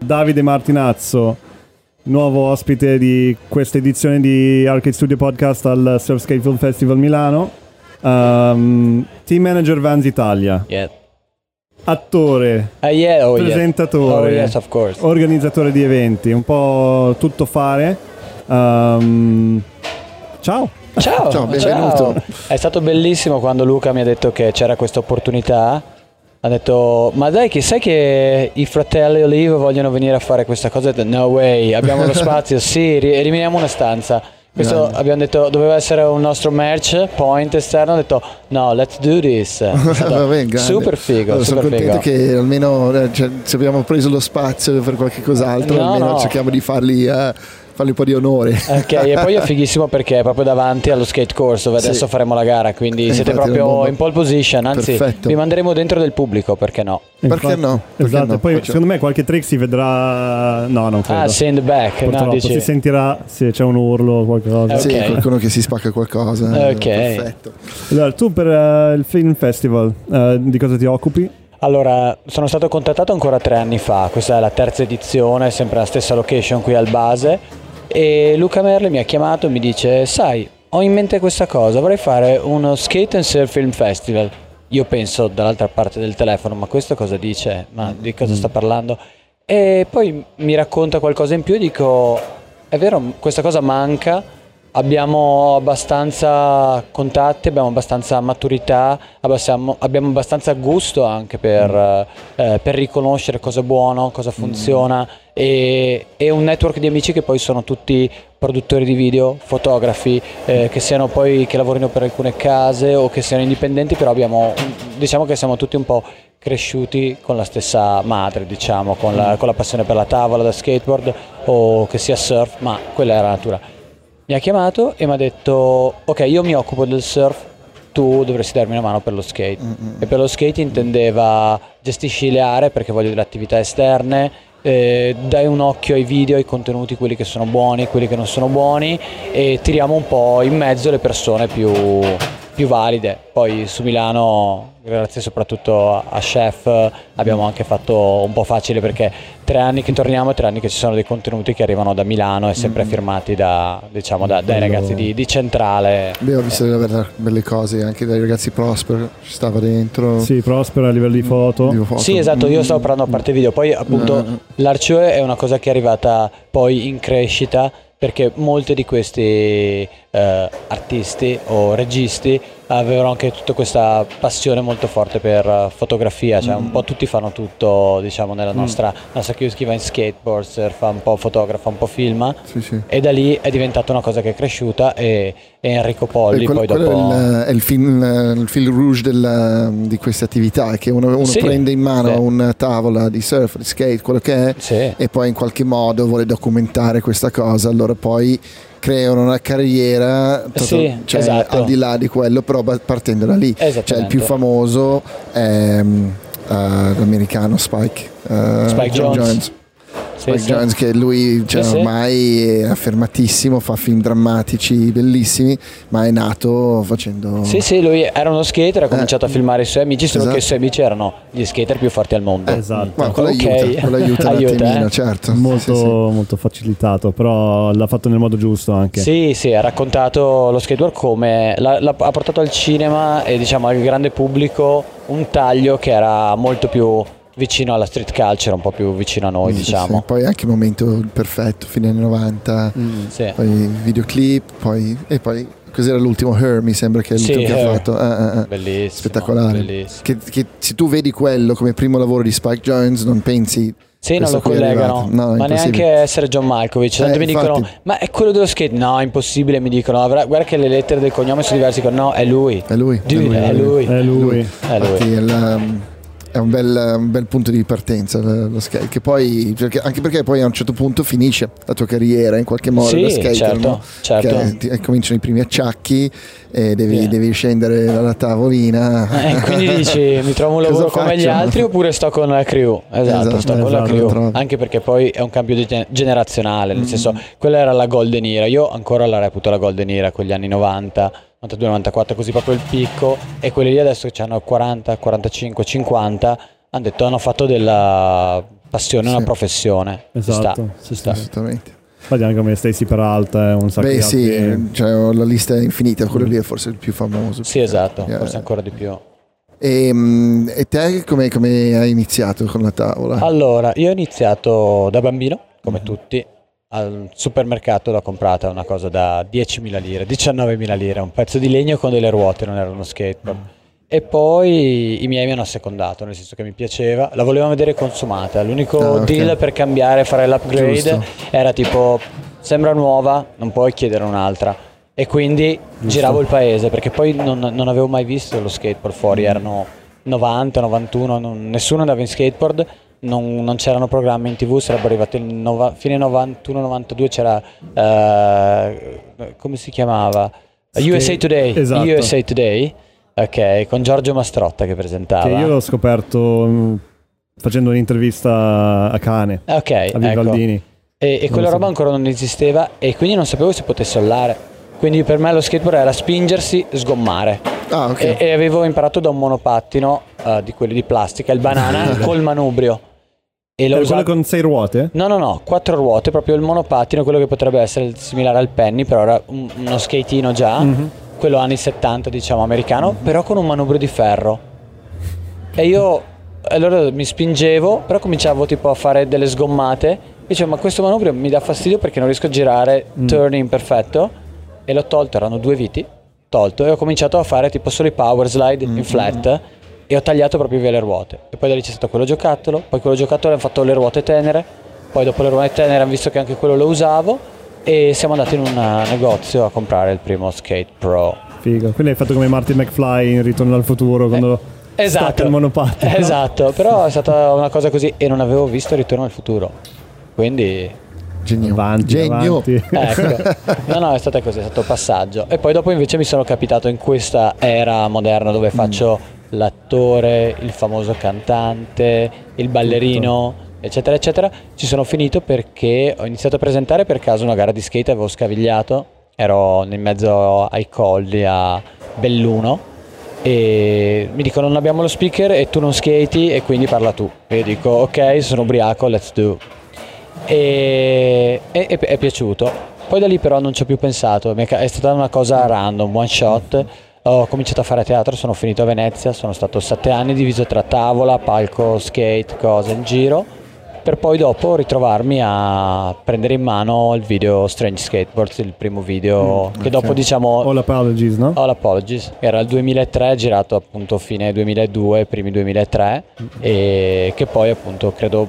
Davide Martinazzo, nuovo ospite di questa edizione di Arcade Studio Podcast al Surfskate Film Festival Milano. Team manager Vans Italia. Yeah. Attore, presentatore, yes, of course. Organizzatore di eventi, un po' tutto fare. Ciao. Ciao, benvenuto. È stato bellissimo quando Luca mi ha detto che c'era questa opportunità. Ha detto, ma dai, che sai che i fratelli Olive vogliono venire a fare questa cosa? No way, abbiamo lo spazio, sì, eliminiamo una stanza. Questo abbiamo detto doveva essere un nostro merch point esterno, ho detto no, let's do this. Vabbè, super figo. Allora, super sono contento figo. che almeno se abbiamo preso lo spazio per qualche cos'altro, almeno cerchiamo di fargli un po' di onore. Ok, e poi è fighissimo perché è proprio davanti allo skate course dove adesso faremo la gara, quindi siete proprio in pole position, anzi perfetto. Vi manderemo dentro del pubblico, perché no? Perché no? Esatto, no? poi secondo me qualche trick si vedrà. No, non credo. Say in the back. Purtroppo dici... si sentirà se c'è un urlo o qualcosa. Sì, qualcuno che si spacca qualcosa. Ok. Perfetto. Allora, tu per il Film Festival di cosa ti occupi? Allora, sono stato contattato ancora 3 anni fa, questa è la terza edizione, sempre la stessa location qui al base, e Luca Merli mi ha chiamato e mi dice, sai, ho in mente questa cosa, vorrei fare uno Skate and Surf Film Festival. Io penso dall'altra parte del telefono, ma questo cosa dice? Ma di cosa sta parlando? E poi mi racconta qualcosa in più e dico, è vero, questa cosa manca. Abbiamo abbastanza contatti, abbiamo abbastanza maturità, abbiamo abbastanza gusto anche per riconoscere cosa è buono, cosa funziona e un network di amici che poi sono tutti produttori di video, fotografi, che siano poi che lavorino per alcune case o che siano indipendenti, però diciamo che siamo tutti un po' cresciuti con la stessa madre, diciamo, con la passione per la tavola da skateboard o che sia surf, ma quella era la natura. Mi ha chiamato e mi ha detto, ok, io mi occupo del surf, tu dovresti darmi una mano per lo skate. E per lo skate intendeva gestisci le aree perché voglio delle attività esterne, dai un occhio ai video, ai contenuti, quelli che sono buoni, quelli che non sono buoni, e tiriamo un po' in mezzo le persone più valide. Poi su Milano, grazie soprattutto a Chef, abbiamo anche fatto un po' facile perché 3 anni che torniamo e 3 anni che ci sono dei contenuti che arrivano da Milano e sempre firmati dai ragazzi di Centrale. Beh, ho visto delle belle cose anche dai ragazzi. Prosper ci stava dentro. Sì, Prosper a livello di foto. Sì, esatto, io stavo parlando a parte video. Poi appunto l'Arcio è una cosa che è arrivata poi in crescita, perché molti di questi artisti o registi avevano anche tutta questa passione molto forte per fotografia, cioè un po' tutti fanno tutto, diciamo, nella nostra chiusa, va in skateboard, surfa, un po' fotografa, un po' filma, sì. E da lì è diventata una cosa che è cresciuta e Enrico Polli poi dopo... è il fil rouge di queste attività, che uno prende in mano una tavola di surf, di skate, quello che è, e poi in qualche modo vuole documentare questa cosa, allora poi creano una carriera al di là di quello, però partendo da lì. Cioè il più famoso è l'americano Spike Jonze. Jones, che lui ormai è affermatissimo, fa film drammatici bellissimi, ma è nato facendo... Sì, lui era uno skater, ha cominciato a filmare i suoi amici, solo che i suoi amici erano gli skater più forti al mondo. Esatto. Ma quello aiuta un attimino, certo. Molto facilitato, però l'ha fatto nel modo giusto anche. Sì, ha raccontato lo skateboard come ha portato al cinema e diciamo al grande pubblico un taglio che era molto più vicino alla street culture, un po' più vicino a noi, diciamo. Sì. Poi anche il momento perfetto, fine anni 90, poi videoclip, poi cos'era l'ultimo? Her, mi sembra che è l'ultimo che ha fatto. Bellissimo, spettacolare. bellissimo. Che se tu vedi quello come primo lavoro di Spike Jonze non pensi... Sì, non lo collegano, ma neanche essere John Malkovich. Tanto mi dicono, ma è quello dello skate? No, è impossibile, mi dicono. Guarda che le lettere del cognome sono diverse. No, è lui. È lui. Infatti, è un bel punto di partenza lo skate, che poi anche perché poi a un certo punto finisce la tua carriera in qualche modo da skater, no? Certo. Che cominciano i primi acciacchi e devi scendere dalla tavolina, quindi dici mi trovo un lavoro come gli altri oppure sto con la crew. Sto con la crew, anche perché poi è un cambio generazionale, nel senso, quella era la golden era, io ancora la reputo la golden era, quegli anni 90, 92, 94, così proprio il picco, e quelli lì adesso che hanno 40, 45, 50 hanno fatto della passione, una professione. Esatto, sta. Assolutamente. Poi anche come Stacy Peralta è un sacco di altri. Cioè, la lista è infinita, quello lì è forse il più famoso. Sì, esatto, forse ancora di più. E te come hai iniziato con la tavola? Allora, io ho iniziato da bambino, come tutti, al supermercato l'ho comprata una cosa da 10.000 lire, 19.000 lire, un pezzo di legno con delle ruote, non era uno skateboard. E poi i miei mi hanno assecondato, nel senso che mi piaceva, la volevano vedere consumata, l'unico deal per cambiare, fare l'upgrade era tipo, sembra nuova, non puoi chiedere un'altra. E quindi giravo il paese, perché poi non avevo mai visto lo skateboard fuori, erano 90, 91, nessuno andava in skateboard, non c'erano programmi in TV, sarebbero arrivati fine 91-92, c'era, come si chiamava? USA Today, esatto. USA Today, ok, con Giorgio Mastrotta che presentava. Che io l'ho scoperto facendo un'intervista a Cane, a Vivaldini. Ecco. E quella roba ancora non esisteva e quindi non sapevo si potesse sollare. Quindi per me lo skateboard era spingersi, sgommare. E avevo imparato da un monopattino di quelli di plastica, il banana col manubrio. E l'ho usato con 6 ruote? No, 4 ruote, proprio il monopattino, quello che potrebbe essere similare al penny, però era uno skatino già, quello anni 70 diciamo americano, però con un manubrio di ferro. E io allora mi spingevo, però cominciavo tipo a fare delle sgommate e dicevo ma questo manubrio mi dà fastidio perché non riesco a girare turning perfetto. E l'ho tolto, erano 2 viti, e ho cominciato a fare tipo solo i power slide in flat e ho tagliato proprio via le ruote. E poi da lì c'è stato quello giocattolo, poi quello giocattolo hanno fatto le ruote tenere, poi dopo le ruote tenere hanno visto che anche quello lo usavo e siamo andati in un negozio a comprare il primo Skate Pro. Figo, quindi hai fatto come Martin McFly in Ritorno al futuro quando stacca il monopattino. Esatto, però è stata una cosa così e non avevo visto Ritorno al futuro, quindi... Genio. Avanti. Ecco. No, è stato così, è stato passaggio. E poi dopo invece mi sono capitato in questa era moderna dove faccio l'attore, il famoso cantante, il ballerino, eccetera, eccetera. Ci sono finito perché ho iniziato a presentare per caso una gara di skate, avevo scavigliato, ero in mezzo ai colli a Belluno e mi dicono non abbiamo lo speaker e tu non skati e quindi parla tu. E io dico ok, sono ubriaco, let's do. E è piaciuto. Poi da lì però non ci ho più pensato, è stata una cosa random, one shot. Ho cominciato a fare teatro, sono finito a Venezia, sono stato 7 anni diviso tra tavola, palco, skate, cose in giro, per poi dopo ritrovarmi a prendere in mano il video Strange Skateboards, il primo video che dopo diciamo... All Apologies, no? All Apologies, era il 2003, girato appunto fine 2002, primi 2003 e che poi appunto credo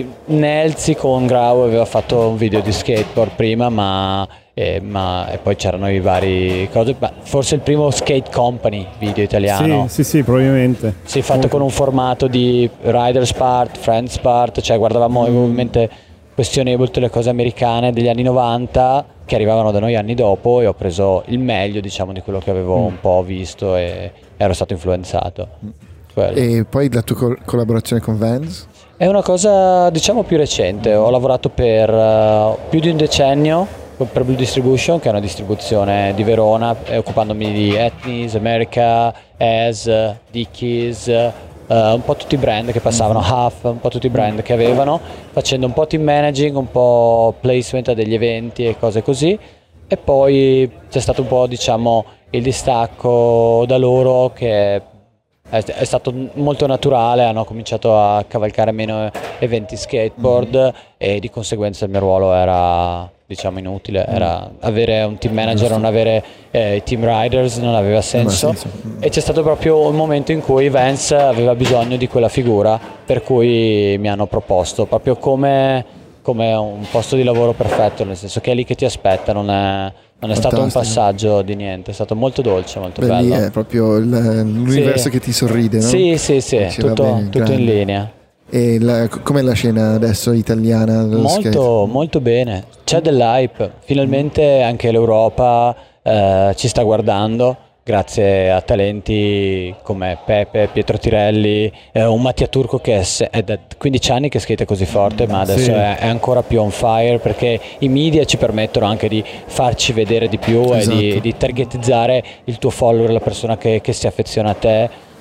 Nelsi con Grau aveva fatto un video di skateboard prima e poi c'erano i vari cose, ma forse il primo Skate Company video italiano. Sì, probabilmente. Sì, fatto con un formato di Riders Part, Friends Part, cioè guardavamo ovviamente questionable tutte le cose americane degli anni 90 che arrivavano da noi anni dopo e ho preso il meglio diciamo di quello che avevo un po' visto e ero stato influenzato. Quello. E poi la tua collaborazione con Vans? È una cosa diciamo più recente, ho lavorato per più di un decennio per Blue Distribution, che è una distribuzione di Verona, occupandomi di Etnies, America, As, Dickies, un po' tutti i brand che passavano, Huff, un po' tutti i brand che avevano, facendo un po' team managing, un po' placement degli eventi e cose così. E poi c'è stato un po' diciamo il distacco da loro che è stato molto naturale, hanno cominciato a cavalcare meno eventi skateboard e di conseguenza il mio ruolo era diciamo inutile, era avere un team manager, non avere team riders non aveva senso. E c'è stato proprio un momento in cui Vans aveva bisogno di quella figura per cui mi hanno proposto proprio come un posto di lavoro perfetto, nel senso che è lì che ti aspetta, non è stato un passaggio di niente, è stato molto dolce, molto bello. È proprio l'universo che ti sorride, no? Sì, tutto in linea. E com'è la scena adesso italiana dello skate? Molto bene, c'è dell'hype, finalmente anche l'Europa ci sta guardando grazie a talenti come Pepe, Pietro Tirelli, un Mattia Turco che è da 15 anni che skate così forte, ma adesso è ancora più on fire perché i media ci permettono anche di farci vedere di più e di targetizzare il tuo follower, la persona che si affeziona a te.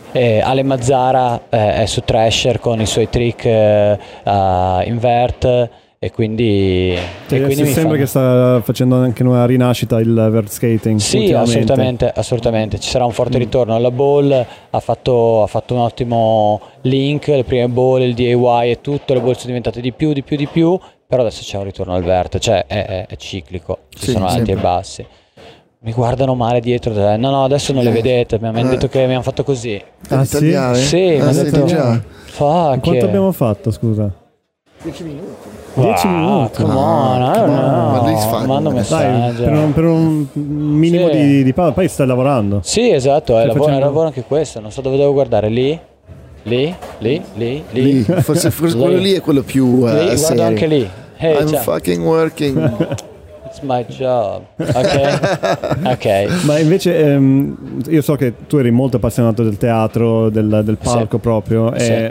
Ale Mazzara è su Thrasher con i suoi trick invert, e quindi mi sembra che sta facendo anche una rinascita il vert skating. Sì, assolutamente ci sarà un forte ritorno alla ball. Ha fatto un ottimo link, le prime ball, il DIY e tutto, le ball sono diventate di più, però adesso c'è un ritorno al vert, cioè è ciclico, ci sono alti e bassi. Mi guardano male dietro, no adesso non le vedete, mi hanno detto che mi hanno fatto così. Sì? Sì, mi hanno detto già. Quanto abbiamo fatto, scusa? 10 minuti. 10 minuti. Come on, mando un messaggio. Dai, per un minimo di pausa, poi stai lavorando. Sì, esatto, è lavoro anche questo, non so dove devo guardare, lì. Forse quello lì è quello più guardo anche lì. Hey, I'm fucking working. It's my job. Ok. Ma invece io so che tu eri molto appassionato del teatro, del palco proprio. E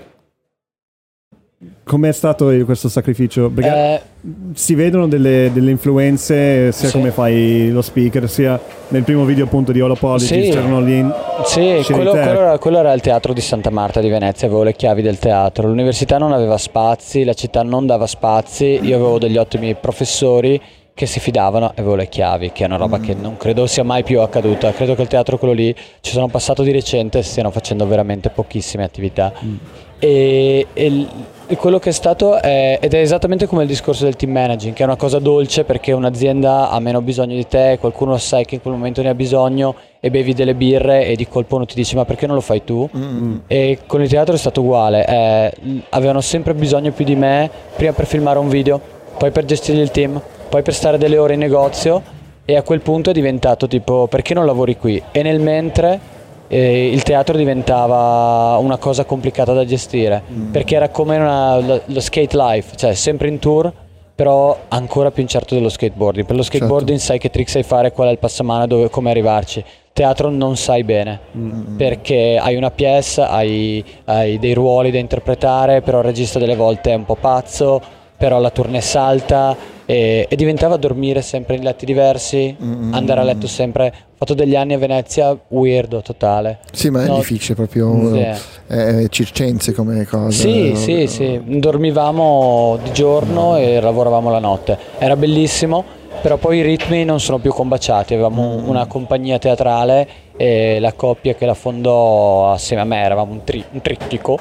com'è stato questo sacrificio? Perché si vedono delle influenze sia come fai lo speaker, sia nel primo video appunto di Holopolitics, c'erano lì. Sì, quello era il teatro di Santa Marta di Venezia, avevo le chiavi del teatro. L'università non aveva spazi, la città non dava spazi, io avevo degli ottimi professori che si fidavano e avevo le chiavi, che è una roba che non credo sia mai più accaduta. Credo che il teatro, quello lì, ci sono passato di recente e stiano facendo veramente pochissime attività. E quello che è stato ed è esattamente come il discorso del team managing, che è una cosa dolce perché un'azienda ha meno bisogno di te, qualcuno sai che in quel momento ne ha bisogno e bevi delle birre e di colpo uno ti dice ma perché non lo fai tu? E con il teatro è stato uguale, avevano sempre bisogno più di me, prima per filmare un video, poi per gestire il team, poi per stare delle ore in negozio, e a quel punto è diventato tipo perché non lavori qui? E nel mentre il teatro diventava una cosa complicata da gestire, perché era come lo skate life, cioè sempre in tour, però ancora più incerto dello skateboarding. Per lo skateboarding sai che trick sai fare, qual è il passamano, come arrivarci. Teatro non sai bene, perché hai una pièce, hai dei ruoli da interpretare, però il regista delle volte è un po' pazzo, però la tournée salta, e diventava dormire sempre in letti diversi, andare a letto sempre. Ho fatto degli anni a Venezia, weirdo totale. Sì, ma è difficile proprio, circense come cosa. Sì, dormivamo di giorno e lavoravamo la notte, era bellissimo, però poi i ritmi non sono più combaciati. Avevamo una compagnia teatrale e la coppia che la fondò assieme a me, eravamo un trittico,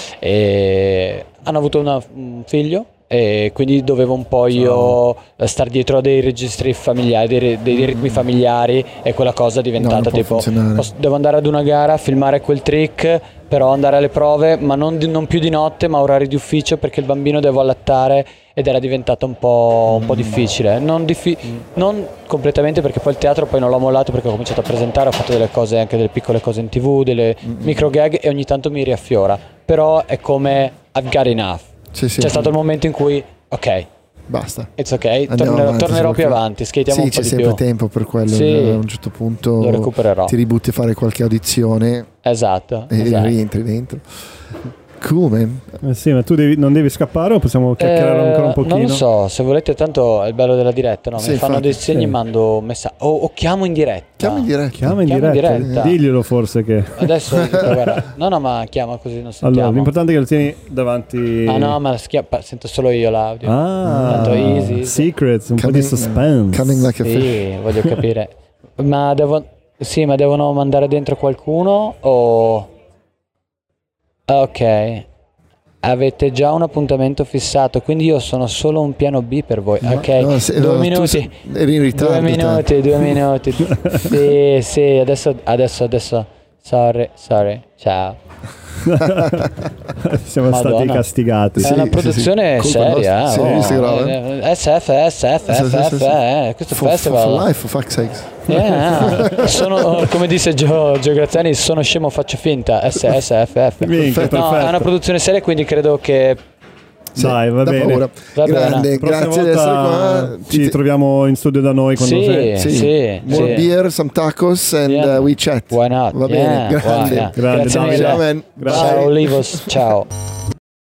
e hanno avuto un figlio, e quindi dovevo un po' io star dietro a dei registri familiari, dei ritmi familiari, e quella cosa è diventata tipo devo andare ad una gara, filmare quel trick, però andare alle prove, ma non più di notte, ma orari di ufficio, perché il bambino devo allattare, ed era diventato un po' difficile, non completamente, perché poi il teatro poi non l'ho mollato, perché ho cominciato a presentare, ho fatto delle cose, anche delle piccole cose in TV, delle micro gag, e ogni tanto mi riaffiora, però è come I've got enough. C'è stato il momento in cui ok, basta, it's ok, tornerò più avanti, skatiamo un po' di più. C'è sempre tempo per quello, a un certo punto lo recupererò, ti ributti a fare qualche audizione, esatto. Rientri dentro. Come? Sì, ma tu non devi scappare o possiamo chiacchierare ancora un pochino? Non lo so, se volete, tanto è il bello della diretta, no? Mi fanno dei segni, mando un messaggio o chiamo in diretta. Chiama in diretta. Diglielo forse che adesso guarda. No, ma chiama così non sentiamo. Allora, l'importante è che lo tieni davanti. Ah no, ma sento solo io l'audio. Tanto easy. Secrets, un po' di suspense. Coming like a fish. Sì, voglio capire. ma devono mandare dentro qualcuno o... Ok, avete già un appuntamento fissato, quindi io sono solo un piano B per voi. Ok, no, 2 minuti. Eri in ritardo. 2 minuti. Sì, adesso. Sorry, ciao. Siamo stati castigati. È una produzione seria. SF. Questo festival. For life, for fuck's sakes. Yeah. Sono, come disse Gio Graziani, sono scemo, faccio finta. SFF. No, è una produzione seria, quindi credo che... Dai, va bene. Grande, grazie di essere qua. Ci troviamo in studio da noi quando sì. More beer, some tacos and we chat. Why not? Va bene, grande. Grazie mille. Ciao, man. Ciao Olivos, ciao.